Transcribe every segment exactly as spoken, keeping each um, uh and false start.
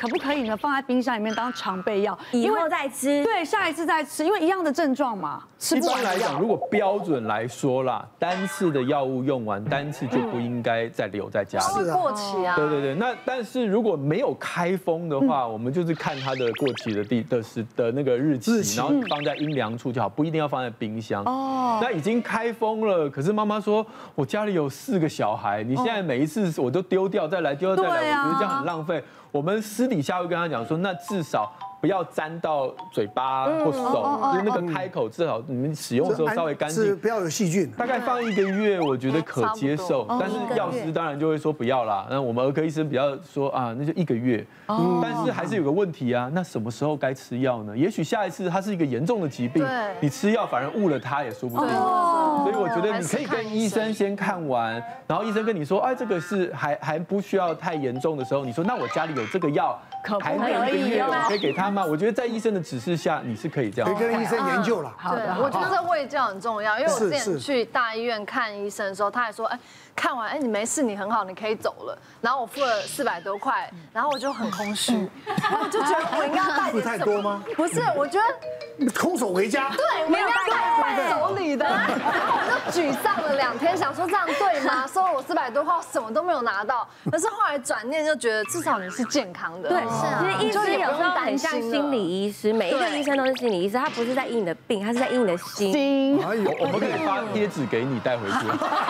可不可以呢？放在冰箱里面当常备药， 以后再吃。 对，下一次再吃，因为一样的症状嘛，吃一不完的药般来讲，如果标准来说啦，单次的药物用完，单次就不应该再留在家里。 会过期啊。 对对对，那但是如果没有开封的话，我们就是看它的过期的地的时的那个日期，然后放在阴凉处就好，不一定要放在冰箱。哦，那已经开封了，可是妈妈说，我家里有四个小孩，你现在每一次我都丢掉，再来丢掉再来，我觉得这样很浪费。我们私底下会跟他讲说，那至少不要沾到嘴巴或手，就是那个开口，至少你们使用的时候稍微干净， 不要有细菌。 大概放一个月，我觉得可接受。但是药师当然就会说不要啦。那我们儿科医生比较说啊，那就一个月。但是还是有个问题啊，那什么时候该吃药呢？也许下一次它是一个严重的疾病，你吃药反而误了它也说不定。所以我觉得你可以跟医生先看完，然后医生跟你说，哎，这个是还还不需要太严重的时候，你说那我家里有这个药。还没有一个月，我可以给他吗？我觉得在医生的指示下，你是可以这样。 可以跟医生研究了。 对，我觉得卫教很重要，因为我之前去大医院看医生的时候，他还说，哎，看完，哎，你没事，你很好，你可以走了。然后我付了四百多块，然后我就很空虚，然后我就觉得我应该带点什么？ 太多吗？ 不是，我觉得空手回家。 对，没有带伴手礼的，然后我就沮丧了两天，想说这样对吗？收了我四百多块，什么都没有拿到。可是后来转念就觉得，至少你是健康的。 对。其实医师有时候很像心理医师，每一个医生都是心理医师，他不是在医你的病，他是在医你的心。 心， 我们可以发贴纸给你带回去。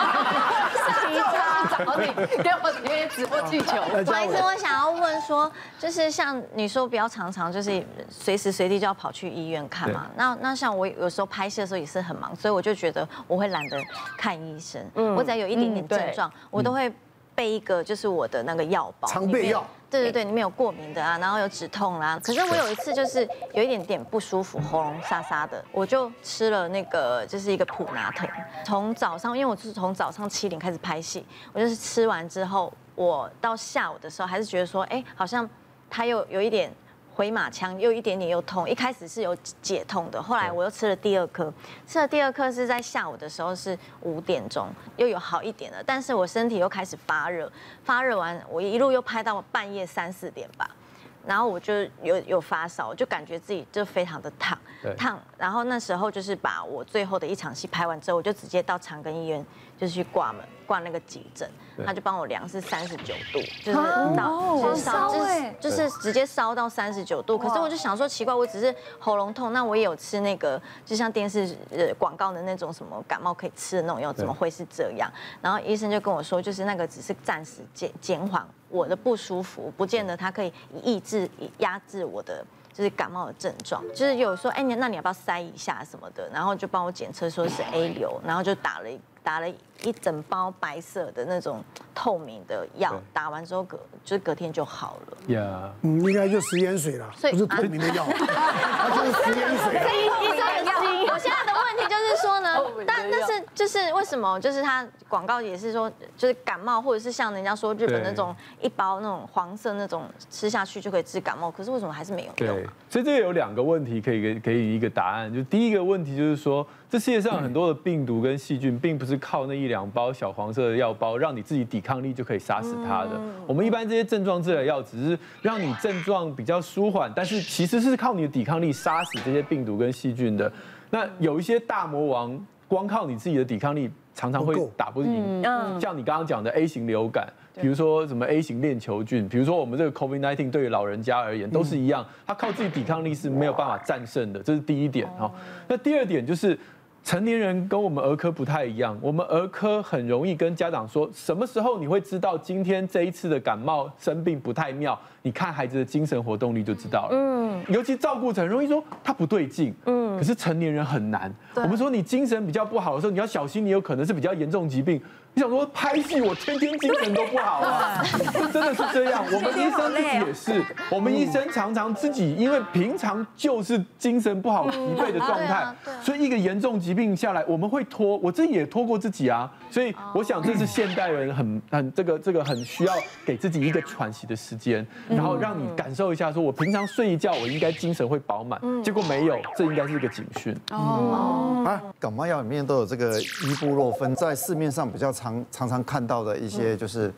找你给我贴纸或气球。 不好意思，我想要问说，就是像你说不要常常就是随时随地就要跑去医院看嘛。那那像我有时候拍戏的时候也是很忙，所以我就觉得我会懒得看医生。我只要有一点点症状，我都会备一个就是我的那个药包， 常备药。 对对对，里面有过敏的啊，然后有止痛啦。可是我有一次就是有一点点不舒服，喉咙沙沙的，我就吃了那个就是一个普拿疼。从早上，因为我是从早上七点开始拍戏，我就是吃完之后，我到下午的时候还是觉得说，哎，好像它又有一点回马枪，又一点点又痛。一开始是有解痛的，后来我又吃了第二颗，吃了第二颗是在下午的时候是五点钟，又有好一点了，但是我身体又开始发热，发热完我一路又拍到半夜三四点吧。然后我就有有发烧，就感觉自己就非常的烫烫，然后那时候就是把我最后的一场戏拍完之后，我就直接到长庚医院，就是去挂门挂那个急诊，他就帮我量是三十九度，就是到就是烧就是就是直接烧到三十九度。可是我就想说奇怪，我只是喉咙痛，那我也有吃那个就像电视呃广告的那种什么感冒可以吃的那种药，怎么会是这样？然后医生就跟我说，就是那个只是暂时减减缓我的不舒服，不见得它可以抑制压制我的就是感冒的症状。就是有说，哎，你那你要不要塞一下什么的？然后就帮我检测说是 A 流，然后就打了打了一整包白色的那种透明的药，打完之后隔就是隔天就好了。 呀， 嗯，应该就食盐水了，不是透明的药，它就是食盐水。 所以医生很心。我现在的问题就是说呢，但但是就是为什么就是它广告也是说就是感冒，或者是像人家说日本那种一包那种黄色那种吃下去就可以治感冒，可是为什么还是没有用？ 对，所以这个有两个问题可以给给予一个答案。就第一个问题就是说，这世界上很多的病毒跟细菌，并不是靠那一两包小黄色的药包让你自己抵抗力就可以杀死它的。我们一般这些症状治疗药只是让你症状比较舒缓，但是其实是靠你的抵抗力杀死这些病毒跟细菌的。那有一些大魔王，光靠你自己的抵抗力常常会打不赢。像你刚刚讲的 A 型流感，比如说什么 A 型链球菌，比如说我们这个 COVID 十九 对于老人家而言都是一样，他靠自己抵抗力是没有办法战胜的，这是第一点哈。那第二点就是。成年人跟我们儿科不太一样，我们儿科很容易跟家长说，什么时候你会知道今天这一次的感冒生病不太妙？你看孩子的精神活动力就知道了。嗯，尤其照顾者很容易说他不对劲。嗯，可是成年人很难。我们说你精神比较不好的时候，你要小心，你有可能是比较严重疾病。你想说拍戏，我天天精神都不好啊，真的是这样。我们医生自己也是，我们医生常常自己因为平常就是精神不好、疲惫的状态，所以一个严重疾病下来，我们会拖，我自己也拖过自己啊。所以我想这是现代人很很这个这个很需要给自己一个喘息的时间，然后让你感受一下，说我平常睡一觉，我应该精神会饱满，结果没有，这应该是一个警讯。 哦，啊，感冒药里面都有这个伊布洛芬，在市面上比较常常常看到的一些就是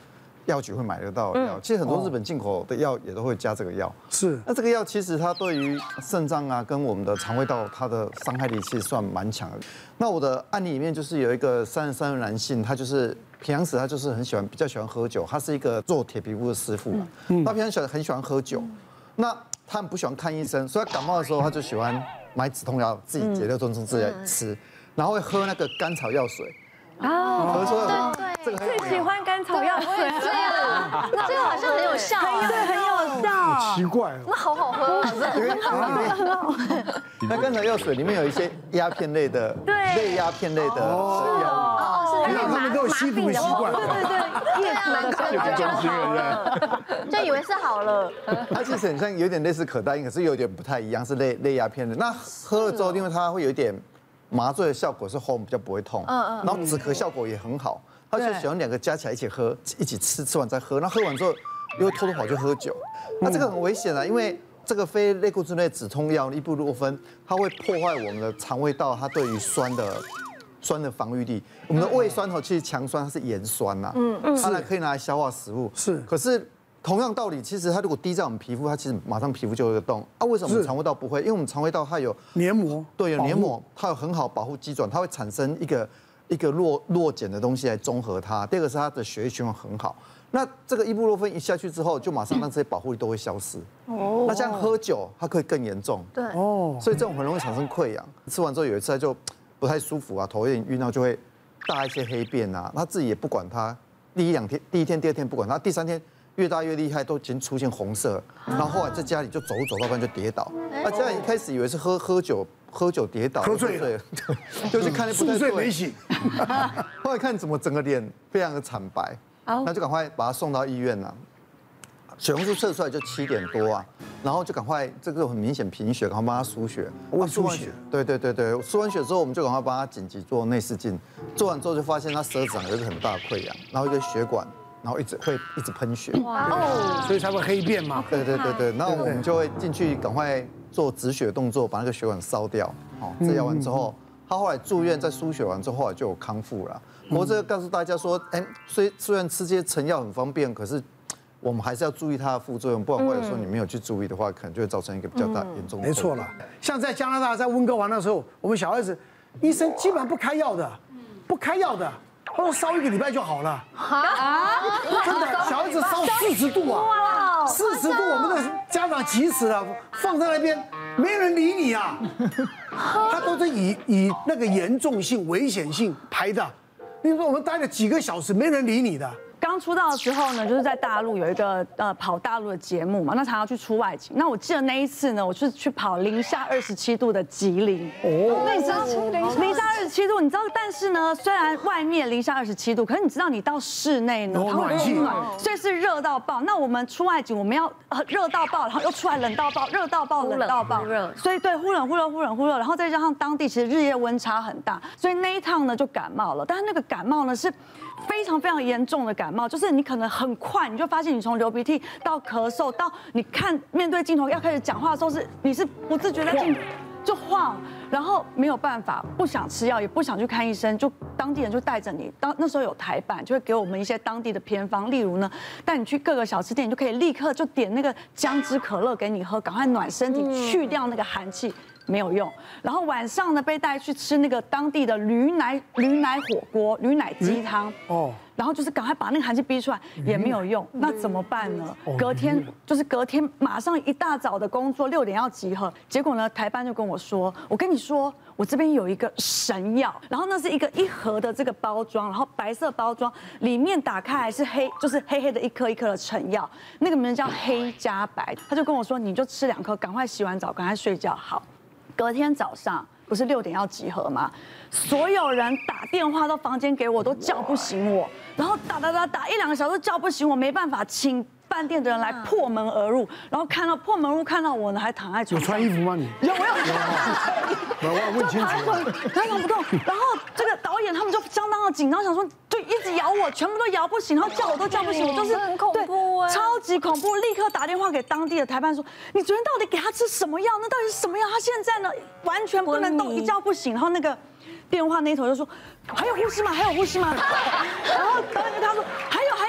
药局会买得到的药。其实很多日本进口的药也都会加这个药。 是。 那这个药其实它对于肾脏啊跟我们的肠胃道它的伤害力其实算蛮强的。那我的案例里面就是有一个三十三岁男性，他就是平常时他就是很喜欢比较喜欢喝酒，他是一个做铁皮屋的师傅，他平常喜欢很喜欢喝酒。那他很不喜欢看医生，所以他感冒的时候他就喜欢买止痛药，自己解六中中自己吃，然后会喝那个甘草药水。 哦， 对对， 这个最喜欢甘草药水， 这样，这个好像很有效， 对，很有效。 奇怪哦， 那好好喝啊， 因为那甘草药水里面有一些鸦片类的，类鸦片类的药。 你看他们都有吸毒的习惯。 对对对，叶子的有点中心了， 就以为是好了。 它其实很像有点类似可待因，可是有点不太一样，是类类鸦片的。那喝了之后，因为它会有一点麻醉的效果，是喉咙比较不会痛，嗯嗯，然后止咳效果也很好。他就喜欢两个加起来一起喝，一起吃，吃完再喝。那喝完之后又偷偷跑去喝酒，那这个很危险啊，因为这个非类固醇类止痛药伊布洛芬，它会破坏我们的肠胃道，它对于酸的。酸的防御力，我们的胃酸吼，其实强酸它是盐酸呐，嗯嗯，它可以拿来消化食物， 是。 可是同样道理，其实它如果滴在我们皮肤，它其实马上皮肤就会动啊。为什么我们肠胃道不会？因为我们肠胃道它有黏膜， 对，有黏膜，它有很好保护机转，它会产生一个一个弱弱碱的东西来中和它。第二个是它的血液循环很好。那这个伊布洛芬一下去之后，就马上让这些保护力都会消失。哦。那这样喝酒，它可以更严重。 对。 哦。 所以这种很容易产生溃疡。吃完之后有一次他就不太舒服啊，头有点晕，然后就会大一些黑便啊。他自己也不管他，第一两天、第一天、第二天不管他，第三天越大越厉害，都已经出现红色。然后后来在家里就走走到半就跌倒。那这样一开始以为是喝喝酒。喝酒跌倒， 喝醉了， 就去看那不太对， 宿醉没醒。 后来看怎么整个脸非常的惨白，那就赶快把他送到医院了。血红素测出来就七点多啊，然后就赶快这个很明显贫血，赶快帮他输血。 我输血， 对对对对，输完血之后我们就赶快帮他紧急做内视镜，做完之后就发现他舌质上有一个很大的溃疡，然后一个血管，然后一直会一直喷血。 哇哦，所以才会黑便嘛。 对对对对，那我们就会进去赶快做止血动作，把那个血管烧掉。哦，治疗完之后，他后来住院，在输血完之后，后来就有康复了。不过这个告诉大家说，哎，虽虽然吃这些成药很方便，可是我们还是要注意它的副作用，不然或者说你没有去注意的话，可能就会造成一个比较大严重的。 没错了，像在加拿大，在温哥华那时候，我们小孩子医生基本上不开药的，不开药的。他说烧一个礼拜就好了啊！真的，小孩子烧四十度啊，四十度，我们的家长急死了，放在那边没人理你啊。他都是以以那个严重性、危险性排的。你说我们待了几个小时，没人理你的。 刚出道的时候呢，就是在大陆有一个呃跑大陆的节目嘛，那常常去出外景。那我记得那一次呢，我是去跑零下二十七度的吉林。哦，那你知道零下二十七度，你知道？但是呢，虽然外面零下二十七度，可是你知道你到室内呢，它会温暖，所以是热到爆。那我们出外景，我们要热到爆，然后又出来冷到爆，热到爆，冷到爆，热。所以对，忽冷忽热，忽冷忽热，然后再加上当地其实日夜温差很大，所以那一趟呢就感冒了。但是那个感冒呢是非常非常严重的感冒，就是你可能很快你就发现你从流鼻涕到咳嗽到你看面对镜头要开始讲话的时候是你是不自觉在镜就晃，然后没有办法，不想吃药也不想去看医生，就当地人就带着你，当那时候有台版就会给我们一些当地的偏方，例如呢带你去各个小吃店，你就可以立刻就点那个姜汁可乐给你喝，赶快暖身体，去掉那个寒气。没有用，然后晚上呢被带去吃那个当地的驴奶驴奶火锅、驴奶鸡汤哦，然后就是赶快把那个寒气逼出来，也没有用，那怎么办呢？隔天就是隔天马上一大早的工作，六点要集合，结果呢台班就跟我说，我跟你说，我这边有一个神药，然后那是一个一盒的这个包装，然后白色包装里面打开来是黑，就是黑黑的一颗一颗的成药，那个名字叫黑加白，他就跟我说，你就吃两颗，赶快洗完澡，赶快睡觉，好。隔天早上不是六点要集合吗？所有人打电话到房间给我，都叫不醒我，然后打打打打一两个小时叫不醒我，没办法，请饭店的人来破门而入，然后看到破门而入看到我呢，还躺在床上。 有穿衣服吗你？ 有，我有。 我要问清楚。 他躺不动，然后这个导演他们就相当的紧张，想说就一直摇我，全部都摇不醒，然后叫我都叫不醒，我就是很恐怖哎， 超级恐怖，立刻打电话给当地的台办说，你昨天到底给他吃什么药？那到底是什么药？他现在呢完全不能动，一觉不醒，然后那个。电话那头就说还有呼吸吗？还有呼吸吗？然后导演就他说还有还有还有，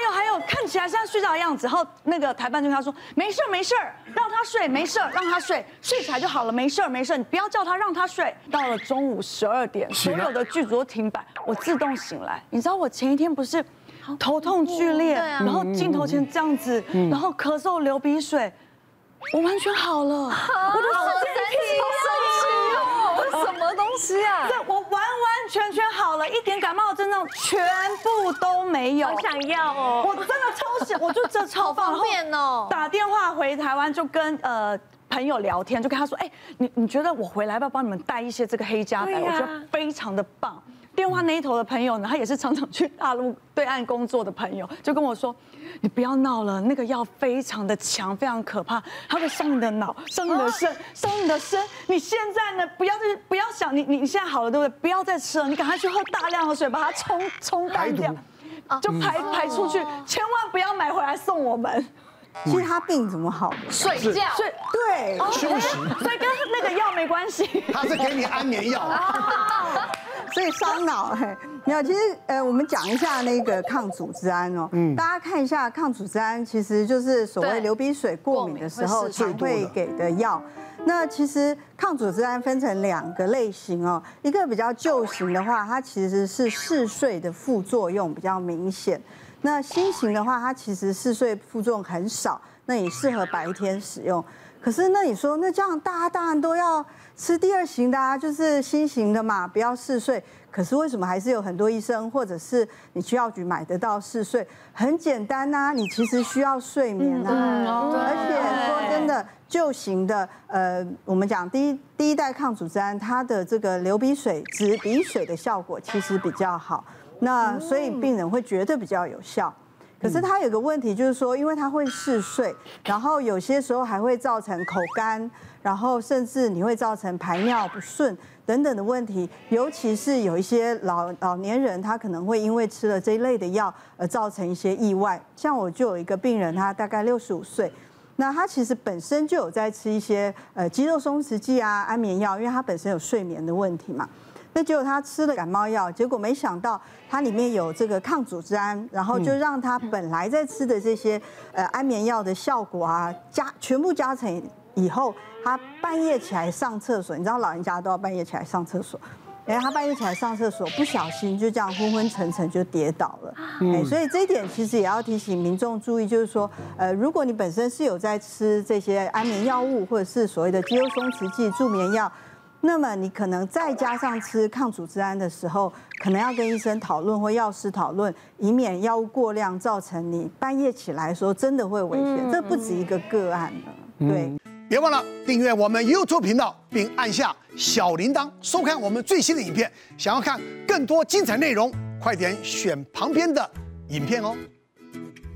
看起来像睡觉的样子，然后那个台办就跟他说没事没事，让他睡，没事让他睡，睡起来就好了，没事没事，你不要叫他，让他睡。到了中午十二点，所有的剧组都停摆，我自动醒来。你知道我前一天不是头痛剧烈，然后镜头前这样子，然后咳嗽流鼻水，我完全好了，我的神奇， 好神奇哦，什么东西啊？ 对，我完完全全好了，一点感冒的症状全部都没有。 好想要哦！ 我真的超喜，我就这超棒， 方便哦。 打电话回台湾就跟呃朋友聊天，就跟他说，哎，你你觉得我回来要不要帮你们带一些这个黑加白？我觉得非常的棒。电话那一头的朋友呢，他也是常常去大陆对岸工作的朋友，就跟我说，你不要闹了，那个药非常的强，非常可怕，它会伤你的脑，伤你的肾，伤你的身。你现在呢，不要再不要想你你现在好了，对不对？不要再吃了，你赶快去喝大量的水，把它冲冲干掉，就排排出去，千万不要买回来送我们。 其实他病怎么好的？ 睡觉， 睡对， 休息， 所以跟那个药没关系。 他是给你安眠药。 所以伤脑。嘿，没有，其实呃，我们讲一下那个抗组织胺哦。嗯。大家看一下抗组织胺，其实就是所谓流鼻水过敏的时候常会给的药。那其实抗组织胺分成两个类型哦，一个比较旧型的话，它其实是嗜睡的副作用比较明显。那新型的话，它其实嗜睡副作用很少，那也适合白天使用。可是那你说，那这样大家当然都要吃第二型的啊，就是新型的嘛，不要嗜睡。可是为什么还是有很多医生或者是你去药局买得到嗜睡？很简单呐、啊，你其实需要睡眠啊。嗯、而且说真的，旧型的呃，我们讲第一第一代抗组织胺，它的这个流鼻水、止鼻水的效果其实比较好。那所以病人会觉得比较有效，可是它有个问题，就是说，因为它会嗜睡，然后有些时候还会造成口干，然后甚至你会造成排尿不顺等等的问题，尤其是有一些老老年人，他可能会因为吃了这一类的药而造成一些意外。像我就有一个病人，他大概六十五岁。那他其实本身就有在吃一些呃肌肉松弛剂啊、安眠药，因为他本身有睡眠的问题嘛。那结果他吃了感冒药，结果没想到它里面有这个抗组织胺，然后就让他本来在吃的这些呃安眠药的效果啊加全部加成以后，他半夜起来上厕所，你知道老人家都要半夜起来上厕所，哎，他半夜起来上厕所，不小心就这样昏昏沉沉就跌倒了，哎，所以这一点其实也要提醒民众注意，就是说，呃，如果你本身是有在吃这些安眠药物或者是所谓的肌肉松弛剂、助眠药。那么你可能再加上吃抗组织胺的时候，可能要跟医生讨论或药师讨论，以免药物过量造成你半夜起来的时候真的会危险。这不止一个个案了，对。 别忘了订阅我们 YouTube 频道，并按下小铃铛，收看我们最新的影片。想要看更多精彩内容，快点选旁边的影片哦。